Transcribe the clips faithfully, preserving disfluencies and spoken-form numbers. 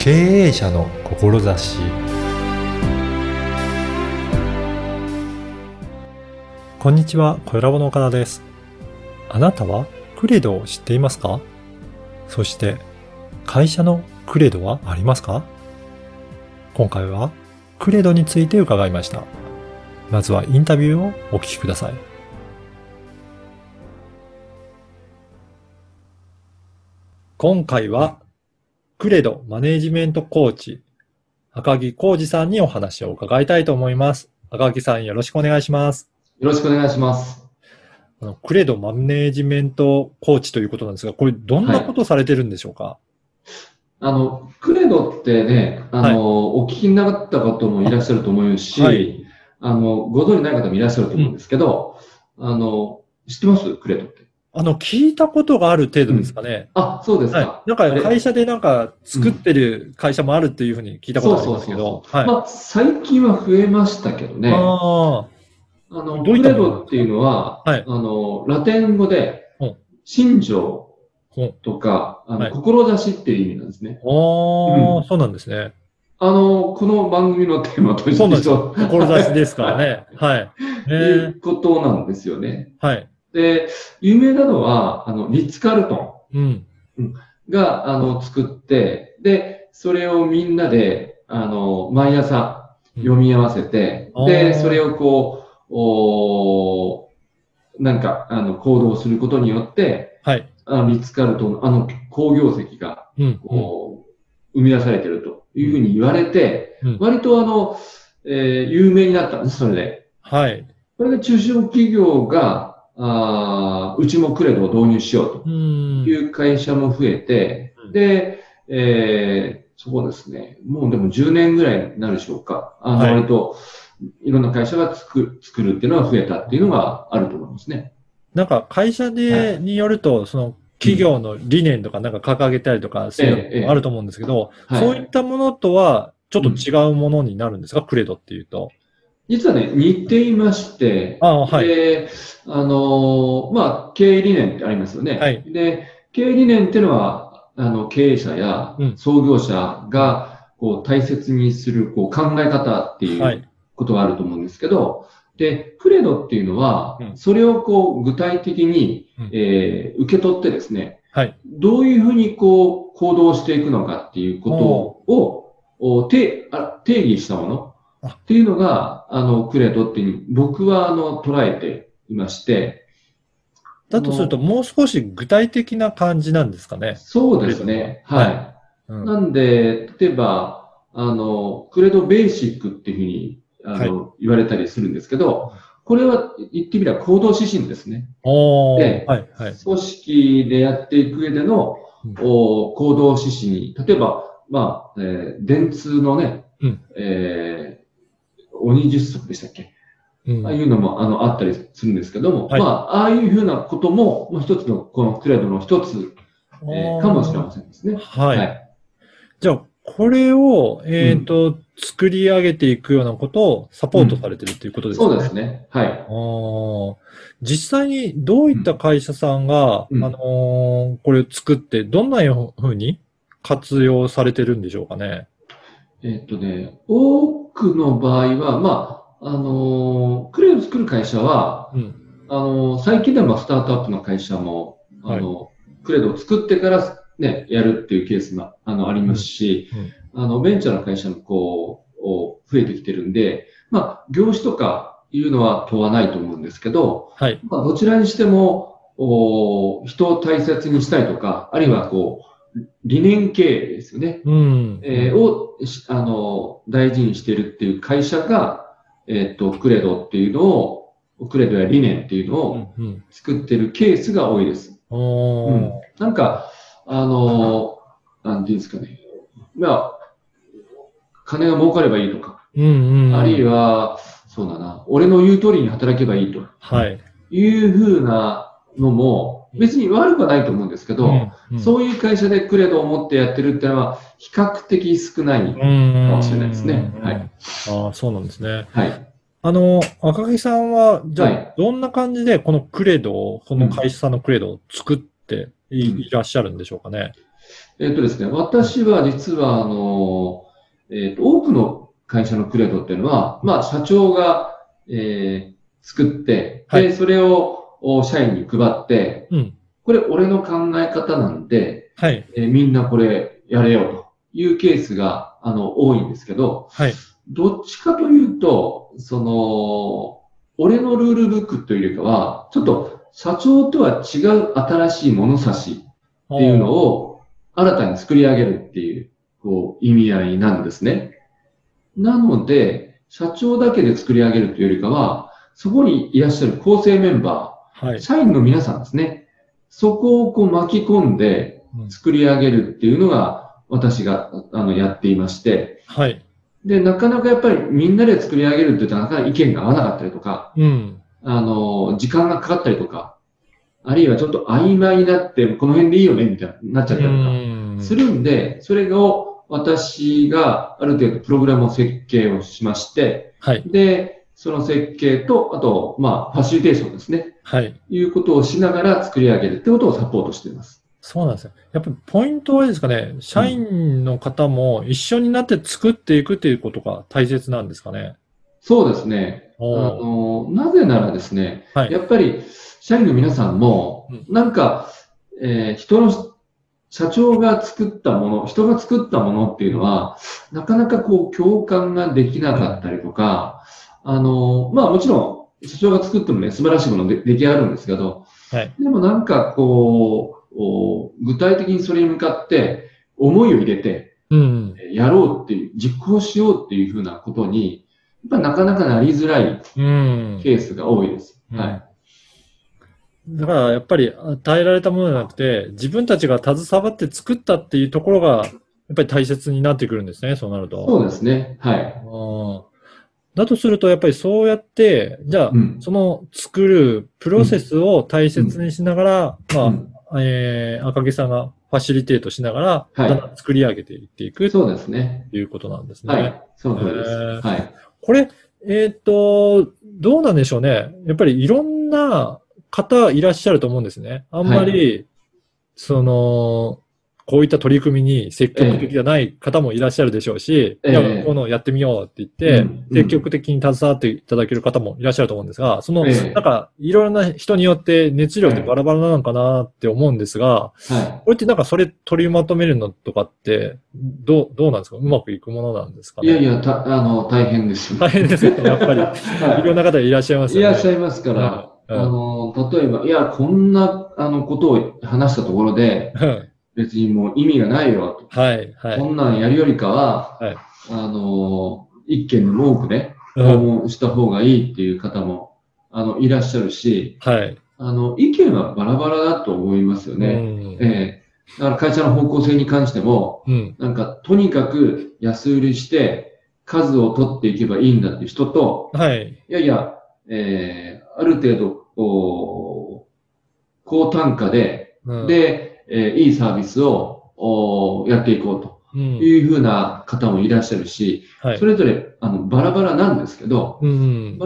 経営者の志。こんにちは、小ラボの岡田です。あなたはクレドを知っていますか？そして会社のクレドはありますか？今回はクレドについて伺いました。まずはインタビューをお聞きください。今回はクレドマネジメントコーチ赤木浩二さんにお話を伺いたいと思います。赤木さん、よろしくお願いします。 よろしくお願いします。 あのクレドマネジメントコーチということなんですが、これどんなことをされてるんでしょうか？はい、 あのクレドってね、あの、はい、お聞きになった方もいらっしゃると思うし、はい、あのご存じない方もいらっしゃると思うんですけど、うん、あの知ってます？クレドって。 あの、聞いたことがある程度ですかね。 うん、あ、そうですか。はい、 なんか会社でなんか作ってる会社もあるっていうふうに聞いたことありますけど。 まあ、最近は増えましたけどね。ああの、クレドっていうのは、はい、あの、ラテン語で、信条とか、あの、はい、志っていう意味なんですね。 ああ、うん、そうなんですね。 あの、この番組のテーマと一緒。 そうなんです。志ですからね。はい。 いうことなんですよね。 はい。 で、有名なのは、あの、リッツ・カールトンが、あの、作って、で、それをみんなで、あの、毎朝読み合わせて、うん、で、それをこう、おなんか、あの、行動することによって、はい。あのリッツ・カールトンのあの、好業績が、こう、うん、生み出されているというふうに言われて、うん、割とあの、えー、有名になったんです、それで。はい。これで中小企業が、あうちもクレドを導入しようという会社も増えて、うん、で、えー、そうですね。もうでもじゅうねんぐらいになるでしょうか。あの、はい、割といろんな会社が作る、作るっていうのが増えたっていうのがあると思いますね。 なんか会社で、はい、によると、その企業の理念とかなんか掲げたりとかそういうのもあると思うんですけど、ええええ、そういったものとはちょっと違うものになるんですか、うん、クレドっていうと。 実はね、似ていまして、ああ、はい。で、あの、まあ、経営理念ってありますよね。はい。で、経営理念っていうのは、あの、経営者や創業者が、こう、大切にする、こう、考え方っていうことがあると思うんですけど、はい、で、クレドっていうのは、それをこう、具体的に、うん、えー、受け取ってですね、はい。どういうふうにこう、行動していくのかっていうことを、定義したもの。っていうのが、あの、クレドっていう、僕は、あの、捉えていまして。 だとすると、もう少し具体的な感じなんですかね。 そうですね。はい。はいうん、なんで、例えば、あの、クレドベーシックっていうふうに、あの、はい、言われたりするんですけど、これは言ってみれば行動指針ですね。で、はいはい、組織でやっていく上での、うん、行動指針。例えば、まあ、えー、電通のね、うん、えー鬼十足でしたっけ、うん、ああいうのもあのあったりするんですけども、はい、まあ、ああいうふうなことも、もう一つの、このクレドの一つ、えー、かもしれませんですね。 はい。はい、じゃあ、これを、えっと、うん、作り上げていくようなことをサポートされてるということですね、 うん。そうですね。はい。 あ実際にどういった会社さんが、うん、あのー、これを作って、どんなふうに活用されてるんでしょうかね。 えっとね、多くの場合は、まあ、あのー、クレドを作る会社は、うん、あのー、最近でもスタートアップの会社も、あの、はい、クレドを作ってからね、やるっていうケースも、あの、ありますし、うんうん、あの、ベンチャーの会社もこう、増えてきてるんで、まあ、業種とかいうのは問わないと思うんですけど、はい、まあ、どちらにしても、お人を大切にしたいとか、あるいはこう、理念経営ですよね。うんえー、を、あの、大事にしてるっていう会社が、えっと、クレドっていうのを、クレドや理念っていうのを作ってるケースが多いです。うんうん、なんか、あの、なんていうんですかね。まあ、金が儲かればいいとか。うんうんうん、あるいは、そうだな、俺の言う通りに働けばいいと。はい。いうふうなのも、別に悪くはないと思うんですけど、うんうん、そういう会社でクレドを持ってやってるっていうのは、比較的少ないかもしれないですね。はい。 ああ、そうなんですね。はい。あの、赤木さんは、じゃあ、はい、どんな感じでこのクレドを、この会社さんのクレドを作っていらっしゃるんでしょうかね。 えっとですね、私は実は、あの、えっと、多くの会社のクレドっていうのは、まあ、社長が、えー作って、で、 はい。 それをお社員に配って、 うん。 これ俺の考え方なんで、 はい。 えーみんなこれやれよというケースが、あの、多いんですけど、 はい。 どっちかというと、その、俺のルールブックというよりかは、ちょっと社長とは違う新しい物差しっていうのおー。 を新たに作り上げるっていう、こう、意味合いなんですね。なので、社長だけで作り上げるというよりかは、そこにいらっしゃる構成メンバー、 はい。 社員の皆さんですね。そこをこう巻き込んでうん。 作り上げるっていうのが私があのやっていまして、 はい。 で、なかなかやっぱりみんなで作り上げるって言ったらなかなか意見が合わなかったりとか、 うん。 あの、時間がかかったりとか、あるいはちょっと曖昧になって、この辺でいいよねみたいになっちうゃったりとかすん。 るんで、それを私がある程度プログラムを設計をしまして、 はい。 で、その設計と、あと、まあ、ファシリテーションですね。 はい。 いうことをしながら作り上げるってことをサポートしています。 そうなんですよ。やっぱりポイントはですかね、社うん。 員の方も一緒になって作っていくっていうことが大切なんですかね。 そうですね。あおー。 の、なぜならですね、 はい。 やっぱり社員の皆さんも、 うん。 なんか、えー人の、社長が作ったもの、人が作ったものっていうのは、なかなかこう共感ができなうん。 かったりとか、あの、まあもちろん、社長が作ってもね、素晴らしいもので出来上がるんですけど、 はい。 でもなんかこう、お具体的にそれに向かって思いを入れて、 うん。 やろうっていう、実行しようっていうふうなことに、やっぱなかなかなりづらいうん。 ケースが多いです。 うん。 はい。 だからやっぱり与えられたものじゃなくて、自分たちが携わって作ったっていうところが、やっぱり大切になってくるんですね、そうなると。 そうですね。はい。 うん。だとすると、やっぱりそうやって、じゃあ、 うん。 その作るプロセうん。 スを大うん。 切にしながら、まうん。 あ、えー、赤木さんがファシリテートしながら、だんだんはい。 作り上げていっていくっそうですね。 ていうことなんですね。 はい。そのえ通りです。 ー、 はい。 これ、えっと、どうなんでしょうね。やっぱりいろんな方いらっしゃると思うんですね。あんはい。 まり、その、こういった取り組みに積極的えじゃない方もいらっしゃるでしょうし、 え、えいや、こういうのえ、 をやってみようって言って、 うん、う積極ん。 的に携わっていただける方もいらっしゃると思うんですが、その、 ええ、 なんか、いろいろな人によって熱量ってバはい。 ラバラなのかなって思うんですが、 はい。 これってなんかそれ取りまとめるのとかって、どう、どうなんですか？うまくいくものなんですかね？ いやいや、た、あの、大変ですよ。 大変ですか？やっぱり、いろんなは方いらっしゃいまい。いらっしすよね。 ゃいますかうん、 ら、 うん、 あの、例えば、いや、こんな、あの、ことを話したところで、 うん。 別にもう意味がないよと。 はい、はい、 こんなんやるよりかは、 はい。 あの、一件でも多くね、訪うん、 問した方がいいっていう方も、あの、いらっしゃるし、 はい。 あの、意見はバラバラだと思いますようね。えん、 えだから会社の方向性に関しても、 うん。 なんか、とにかく安売りして、数を取っていけばいいんだっていう人と、 はい。 いやいや、えー、ある程度、こう、高単価で、 うん、 で、えーいいサービスをおやっていこうとうん。 いうふうな方もいらっしゃるし、 はい。 それぞれあのバラバラなんですけど、 うん。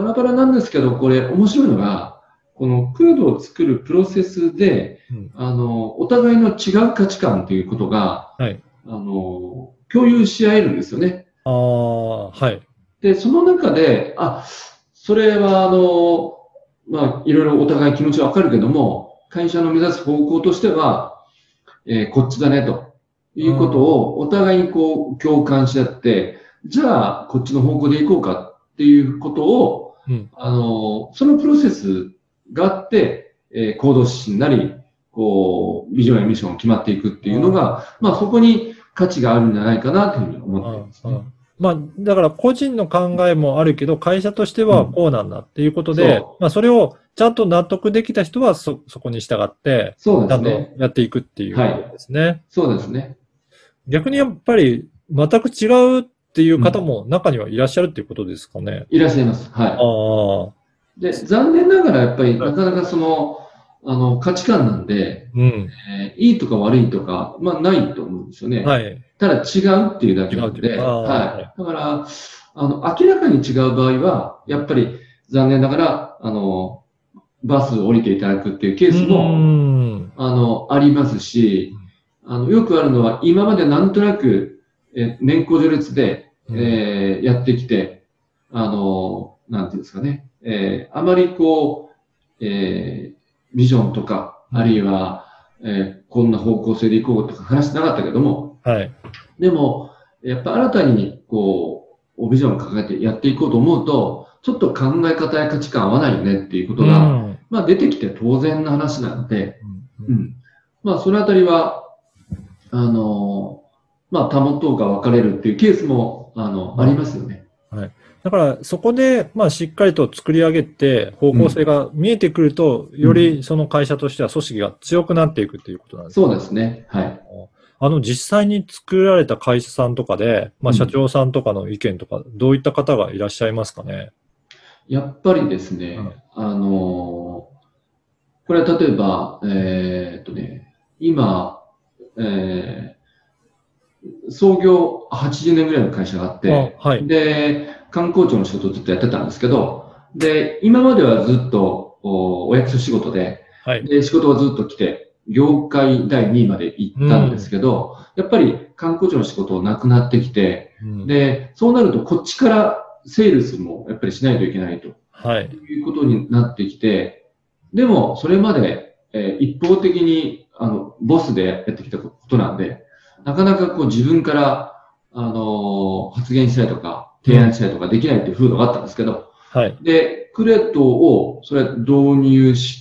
バラバラなんですけど、これ面白いのが、このクードを作るプロセスで、 うん。 あの、お互いの違う価値観ということが、 はい。 あの、共有し合えるんですよね。 ああ、はい。 で、その中で、あ、それはあの、まあ、いろいろお互い気持ちわかるけども、会社の目指す方向としては、えーこっちだね、ということうん。 をお互いにこう共感し合って、じゃあこっちの方向で行こうかっていうことを、 うん。 あの、そのプロセスがあって、えー行動指針なり、こう、ビジョンやミッションが決まっていくっていうのあが、まあそこに価値があるんじゃないかなというふうに思っていあ、 ますね。 ああ。まあ、だから個人の考えもあるけど、会社としてはうん。 こうなんだっていうことで、 そう。 まあ、それをちゃんと納得できた人はそ、そこに従って、 そうでちゃんとすね。 やっていくっていうことはい。 ですね。 そうですね。 逆にやっぱり全く違うっていううん。 方も中にはいらっしゃるっていうことですかね。 いらっしゃいます。 あはあ、 い。で、残念ながらやっぱりなかなかその、あの、価値観なんで、 うん。 えーいいとか悪いとか、まあないと思うんですよね。 はい。 ただ違うっていうだけ違うっていうか、あなんで、 あ、はい。 はい。だから、あの、明らかに違う場合は、やっぱり残念ながら、あの、バスを降りていただくっていうケーうースも、 ん。 あの、ありますし、 あの、よくあるのは、今までなんとなく、え年功序列で、えー、やってきて、あの、なんていうんですかね、えー、あまりこう、えー、ビジョンとか、あるいは、えー、こんな方向性でいこうとか話してなかったけども、 はい。 でも、やっぱ新たに、こう、ビジョンを掲げてやっていこうと思うと、ちょっと考え方や価値観合わないよねっていうことが、うん、まあ出てきて当然の話なので、うん、うん、まあそのあたりは、あの、まあ、たもとが分かれるっていうケースも、あの、うん、ありますよね。 はい。だから、そこで、まあ、しっかりと作り上げて、方向性が見えてくると、うん、よりその会社としては組織が強くなっていくっていうことなんですか？そうですね。はい。 あの、実際に作られた会社さんとかで、まあ、社長さんとかの意見とか、うん、どういった方がいらっしゃいますかね？ やっぱりですね、うん、あの、これは例えば、えー、っとね、今、えー創業はちじゅうねんぐらいの会社があって、はい、で、観光庁の仕事をずっとやってたんですけど、で、今まではずっとお, お役所仕事で、はい、で、仕事がずっと来て、業界だいにいまで行ったんですけど、うん、やっぱり観光庁の仕事なくなってきて、うん、で、そうなるとこっちからセールスもやっぱりしないといけないと、はい、いうことになってきて、でもそれまで、えー、一方的にあのボスでやってきたことなんで、なかなかこう自分から、あのー、発言したりとか、提案したりとかできないっていう風土があったんですけど、はい。で、クレドをそれ導入して、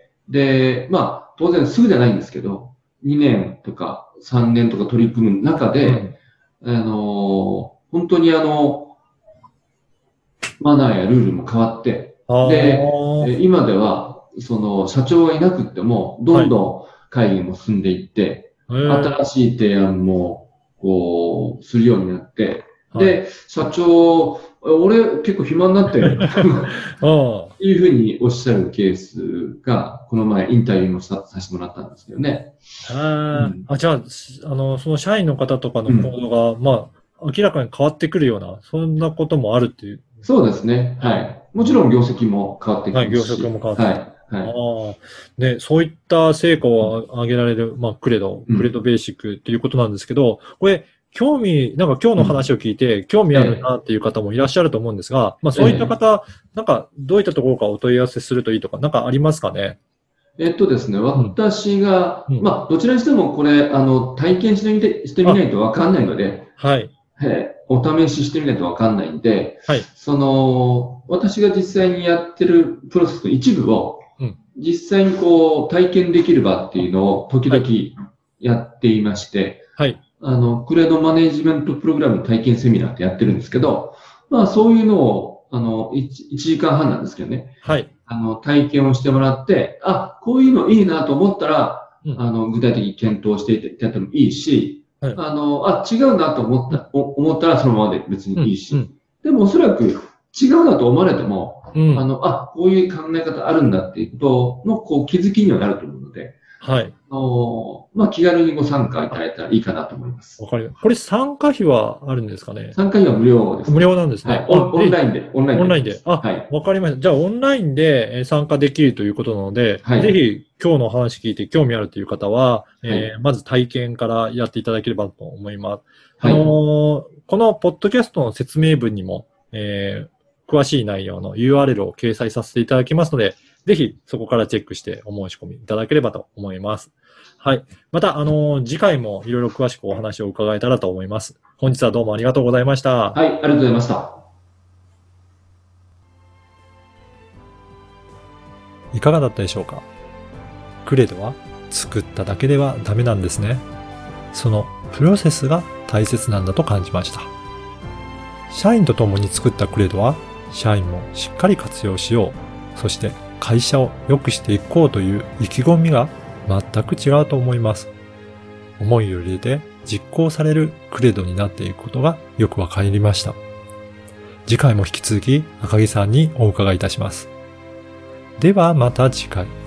で、まあ、当然すぐじゃないんですけど、にねんとかさんねんとか取り組む中で、うん、あのー、本当にあの、マナーやルールも変わって、で、今では、その、社長がいなくっても、どんどん会議も進んでいって、はい、新しい提案も、こう、するようになって、はい、で、社長、俺結構暇になってるっていうふうにおっしゃるケースが、この前インタビューもさせてもらったんですけどね。 あ、うん、あ、じゃあ、あの、その社員の方とかの行動が、うん、まあ、明らかに変わってくるような、そんなこともあるっていう。 そうですね。はい。もちろん業績も変わってきますし。はい、 業績も変わってきます。はい。はい、あで、そういった成果を上げられる、まあ、クレド、クレドベーシックっていうことなんですけど、これ、興味、なんか今日の話を聞いて、興味あるなっていう方もいらっしゃると思うんですが、まあそういった方、なんかどういったところからお問い合わせするといいとか、なんかありますかね？ えっとですね、私が、うん、まあ、どちらにしてもこれ、あの、体験してみて、してみないとわかんないので、はい。お試ししてみないとわかんないんで、はい。その、私が実際にやってるプロセスの一部を、うん、実際にこう、体験できる場っていうのを時々やっていまして、はい。あの、クレドマネジメントプログラム体験セミナーってやってるんですけど、まあそういうのを、あの、いち, いちじかんはんなんですけどね。はい。あの、体験をしてもらって、あ、こういうのいいなと思ったら、うん、あの、具体的に検討していただいてもいいし、はい、あの、あ、違うなと思った、うん、思ったらそのままで別にいいし、うんうん、でもおそらく違うなと思われても、うん、あの、あ、こういう考え方あるんだっていうことの、こう、気づきにはなると思うので、はい。あのまあ、気軽にご参加いただいたらいいかなと思います。 わかります。これ参加費はあるんですかね？ 参加費は無料です、ね。 無料なんですね。 はい。オンラインで。オンラインで。 オンラインで。あ、はい。わかりました。じゃあ、オンラインで参加できるということなので、はい、ぜひ、今日の話聞いて興味あるという方は、えーはい、まず体験からやっていただければと思います。はい、あのー、このポッドキャストの説明文にも、えー、詳しい内容の ユーアールエル を掲載させていただきますので、ぜひそこからチェックしてお申し込みいただければと思います。はい。また、あのー、次回もいろいろ詳しくお話を伺えたらと思います。本日はどうもありがとうございました。 はい、ありがとうございました。 いかがだったでしょうか？クレドは作っただけではダメなんですね。そのプロセスが大切なんだと感じました。社員と共に作ったクレドは、社員もしっかり活用しよう、そして会社を良くしていこうという意気込みが全く違うと思います。思いを入れて実行されるクレドになっていくことがよくわかりました。次回も引き続き赤木さんにお伺いいたします。ではまた次回。